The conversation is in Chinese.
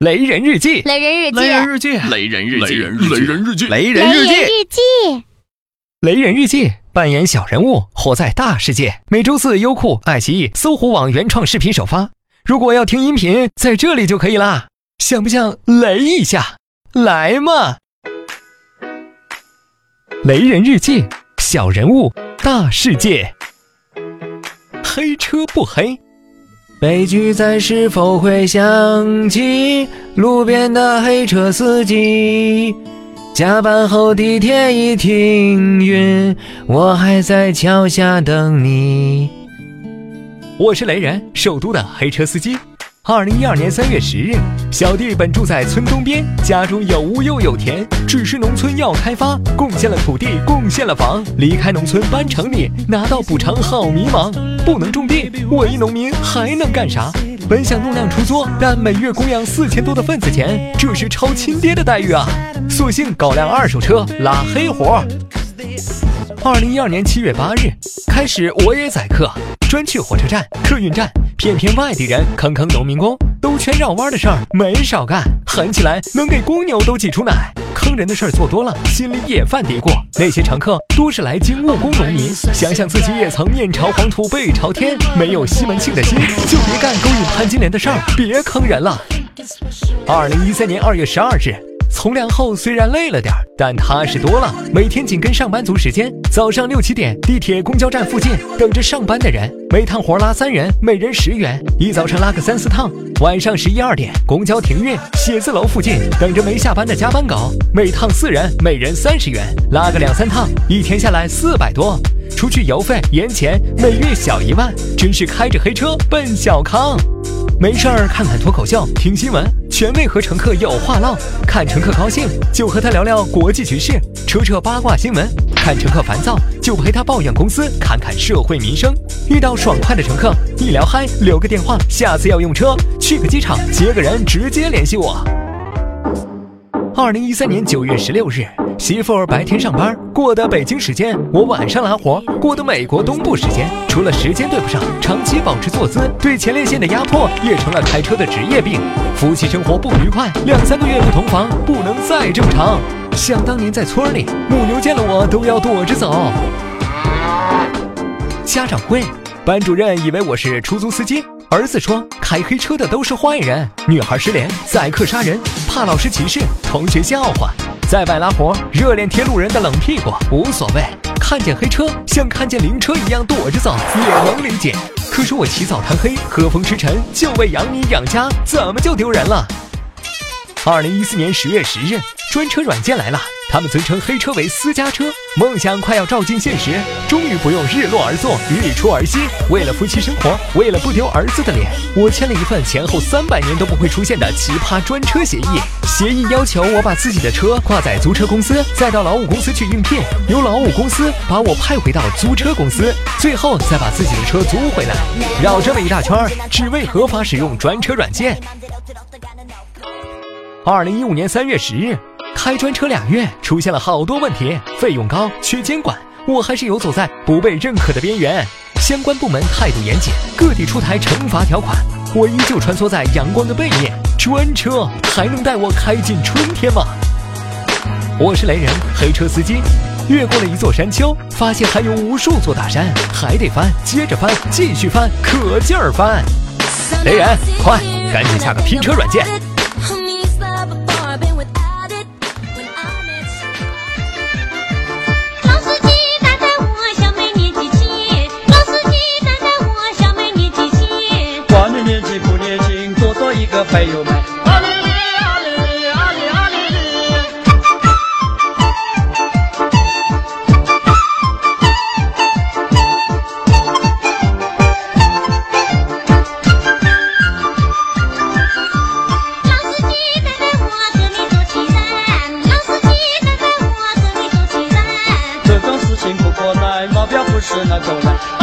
雷人日记， 雷人日记， 雷人日记， 雷人日记， 雷人日记， 雷人日记，雷人日记，扮演小人物，活在大世界。每周四优酷、爱奇艺、搜狐网原创视频首发。如果要听音频，在这里就可以啦。想不想雷一下？来嘛！雷人日记，小人物，大世界。黑车不黑。悲剧在是否会响起？路边的黑车司机，加班后地铁已停运，我还在桥下等你。我是雷人，首都的黑车司机。2012年3月10日，小弟本住在村东边，家中有屋又有田，只是农村要开发，贡献了土地，贡献了房，离开农村搬城里，拿到补偿好迷茫，不能种地，我一农民还能干啥？本想弄辆出租，但每月供养4000多的份子钱，这是超亲爹的待遇啊！索性搞辆二手车拉黑活。2012年7月8日开始，我也载客，专去火车站、客运站，偏偏外地人坑农民工，兜圈绕弯的事儿没少干，狠起来能给公牛都挤出奶。坑人的事儿做多了，心里也犯嘀咕。那些乘客都是来京务工农民，想想自己也曾面朝黄土背朝天，没有西门庆的心，就别干勾引潘金莲的事儿，别坑人了。2013年2月12日。从良后虽然累了点，但踏实多了。每天紧跟上班族时间，早上6、7点，地铁、公交站附近等着上班的人，每趟活拉3人，每人10元，一早上拉个3、4趟。晚上11、2点，公交停运，写字楼附近等着没下班的加班狗，每趟4人，每人30元，拉个2、3趟，一天下来400多。除去油费、盐钱，每月小1万，真是开着黑车奔小康。没事儿看看脱口秀，听新闻，全为和乘客有话唠。看乘客高兴，就和他聊聊国际局势，扯八卦新闻；看乘客烦躁，就陪他抱怨公司，看看社会民生。遇到爽快的乘客，一聊嗨，留个电话，下次要用车，去个机场接个人，直接联系我。2013年9月16日，媳妇儿白天上班，过的北京时间，我晚上拉活，过的美国东部时间。除了时间对不上，长期保持坐姿，对前列腺的压迫也成了开车的职业病。夫妻生活不愉快，2、3个月不同房，不能再正常。想当年在村里，母牛见了我都要躲着走。家长会，班主任以为我是出租司机，儿子说开黑车的都是坏人，女孩失联，载客杀人，怕老师歧视，同学笑话。在外拉活，热脸贴路人的冷屁股无所谓，看见黑车像看见灵车一样躲着走也能理解。可是我起早贪黑，喝风吃尘，就为养你养家，怎么就丢人了？2014年10月10日，专车软件来了，他们尊称黑车为私家车，梦想快要照进现实，终于不用日落而作，日出而息。为了夫妻生活，为了不丢儿子的脸，我签了一份前后300年都不会出现的奇葩专车协议。协议要求我把自己的车挂在租车公司，再到劳务公司去应聘，由劳务公司把我派回到租车公司，最后再把自己的车租回来，绕这么一大圈，只为合法使用专车软件。2015年3月10日，开专车2月，出现了好多问题，费用高，缺监管，我还是游走在不被认可的边缘。相关部门态度严谨，各地出台惩罚条款，我依旧穿梭在阳光的背面。专车还能带我开进春天吗？我是雷人，黑车司机。越过了一座山丘，发现还有无数座大山，还得翻，接着翻，继续翻，可劲儿翻。雷人，快，赶紧下个拼车软件。 年纪不年轻，多多一个朋友们。阿里里阿里里阿里阿里里。 老司机带带我和你走起来，老司机带带我和你走起来。 这种事情不过来，毛标不是那种人。